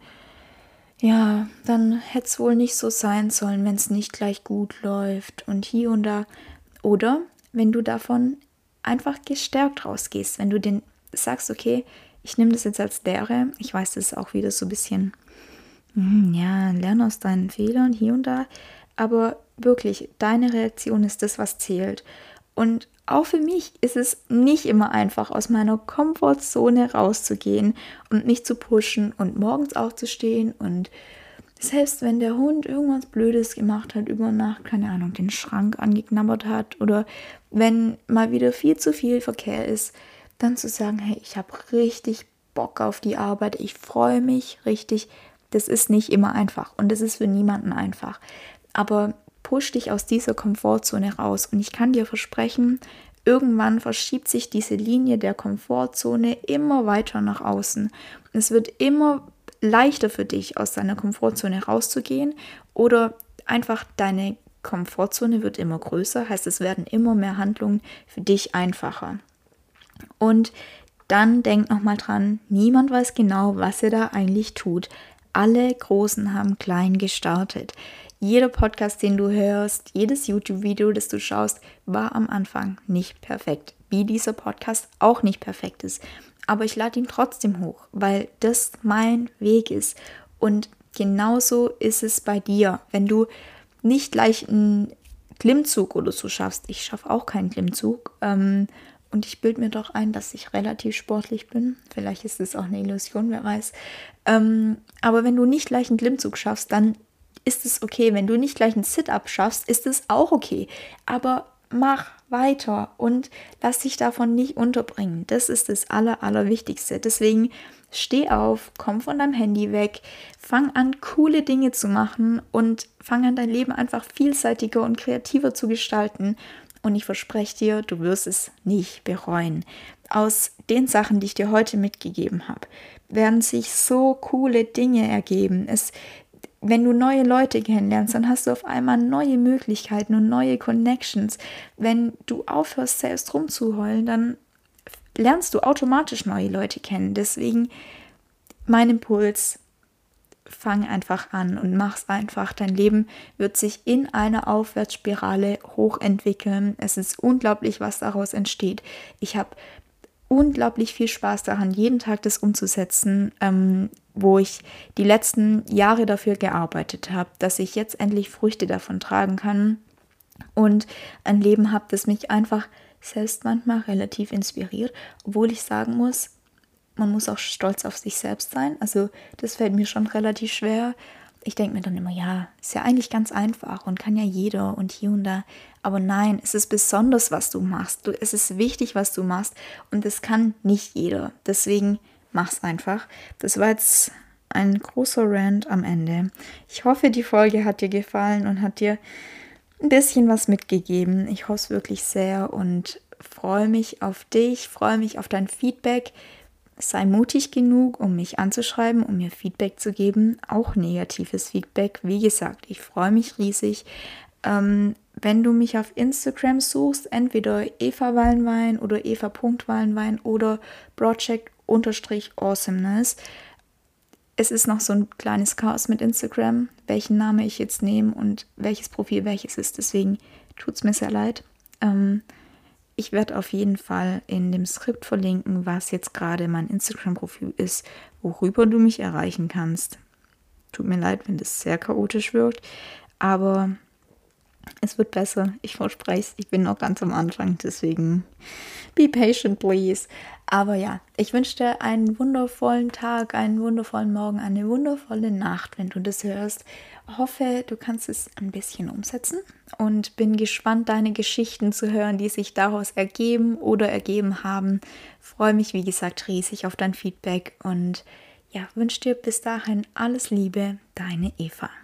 hätte es wohl nicht so sein sollen, wenn es nicht gleich gut läuft und hier und da. Oder wenn du davon einfach gestärkt rausgehst, wenn du sagst, okay, ich nehme das jetzt als Lehre. Ich weiß, das ist auch wieder so ein bisschen, lerne aus deinen Fehlern hier und da. Aber wirklich, deine Reaktion ist das, was zählt. Und auch für mich ist es nicht immer einfach, aus meiner Komfortzone rauszugehen und mich zu pushen und morgens aufzustehen und selbst wenn der Hund irgendwas Blödes gemacht hat über Nacht, keine Ahnung, den Schrank angeknabbert hat oder wenn mal wieder viel zu viel Verkehr ist, dann zu sagen, hey, ich habe richtig Bock auf die Arbeit, ich freue mich richtig. Das ist nicht immer einfach und das ist für niemanden einfach. Aber push dich aus dieser Komfortzone raus und ich kann dir versprechen, irgendwann verschiebt sich diese Linie der Komfortzone immer weiter nach außen. Es wird immer leichter für dich, aus deiner Komfortzone rauszugehen, oder einfach deine Komfortzone wird immer größer, heißt es werden immer mehr Handlungen für dich einfacher. Und dann denk nochmal dran, niemand weiß genau, was er da eigentlich tut. Alle Großen haben klein gestartet. Jeder Podcast, den du hörst, jedes YouTube-Video, das du schaust, war am Anfang nicht perfekt. Wie dieser Podcast auch nicht perfekt ist. Aber ich lade ihn trotzdem hoch, weil das mein Weg ist. Und genauso ist es bei dir. Wenn du nicht gleich einen Klimmzug oder so schaffst, ich schaffe auch keinen Klimmzug, und ich bilde mir doch ein, dass ich relativ sportlich bin. Vielleicht ist es auch eine Illusion, wer weiß. Aber wenn du nicht gleich einen Klimmzug schaffst, dann ist es okay. Wenn du nicht gleich einen Sit-Up schaffst, ist es auch okay. Aber mach weiter und lass dich davon nicht unterbringen. Das ist das Allerwichtigste. Deswegen steh auf, komm von deinem Handy weg, fang an, coole Dinge zu machen und fang an, dein Leben einfach vielseitiger und kreativer zu gestalten. Und ich verspreche dir, du wirst es nicht bereuen. Aus den Sachen, die ich dir heute mitgegeben habe, werden sich so coole Dinge ergeben. Wenn du neue Leute kennenlernst, dann hast du auf einmal neue Möglichkeiten und neue Connections. Wenn du aufhörst, selbst rumzuheulen, dann lernst du automatisch neue Leute kennen. Deswegen mein Impuls: Fang einfach an und mach's einfach. Dein Leben wird sich in einer Aufwärtsspirale hochentwickeln. Es ist unglaublich, was daraus entsteht. Ich habe unglaublich viel Spaß daran, jeden Tag das umzusetzen, wo ich die letzten Jahre dafür gearbeitet habe, dass ich jetzt endlich Früchte davon tragen kann und ein Leben habe, das mich einfach selbst manchmal relativ inspiriert, obwohl ich sagen muss, man muss auch stolz auf sich selbst sein. Also das fällt mir schon relativ schwer. Ich denke mir dann immer, ja, ist ja eigentlich ganz einfach und kann ja jeder und hier und da. Aber nein, es ist besonders, was du machst. Es ist wichtig, was du machst, und das kann nicht jeder. Deswegen mach's einfach. Das war jetzt ein großer Rant am Ende. Ich hoffe, die Folge hat dir gefallen und hat dir ein bisschen was mitgegeben. Ich hoffe es wirklich sehr und freue mich auf dich, freue mich auf dein Feedback. Sei mutig genug, um mich anzuschreiben, um mir Feedback zu geben, auch negatives Feedback. Wie gesagt, ich freue mich riesig. Wenn du mich auf Instagram suchst, entweder Eva Wallenwein oder eva.wallenwein oder project_awesomeness. Es ist noch so ein kleines Chaos mit Instagram, welchen Namen ich jetzt nehme und welches Profil welches ist. Deswegen tut es mir sehr leid. Ich werde auf jeden Fall in dem Skript verlinken, was jetzt gerade mein Instagram-Profil ist, worüber du mich erreichen kannst. Tut mir leid, wenn das sehr chaotisch wirkt, aber es wird besser. Ich verspreche es. Ich bin noch ganz am Anfang, deswegen be patient, please. Aber ja, ich wünsche dir einen wundervollen Tag, einen wundervollen Morgen, eine wundervolle Nacht, wenn du das hörst. Hoffe, du kannst es ein bisschen umsetzen und bin gespannt, deine Geschichten zu hören, die sich daraus ergeben oder ergeben haben. Freue mich, wie gesagt, riesig auf dein Feedback und ja, wünsche dir bis dahin alles Liebe, deine Eva.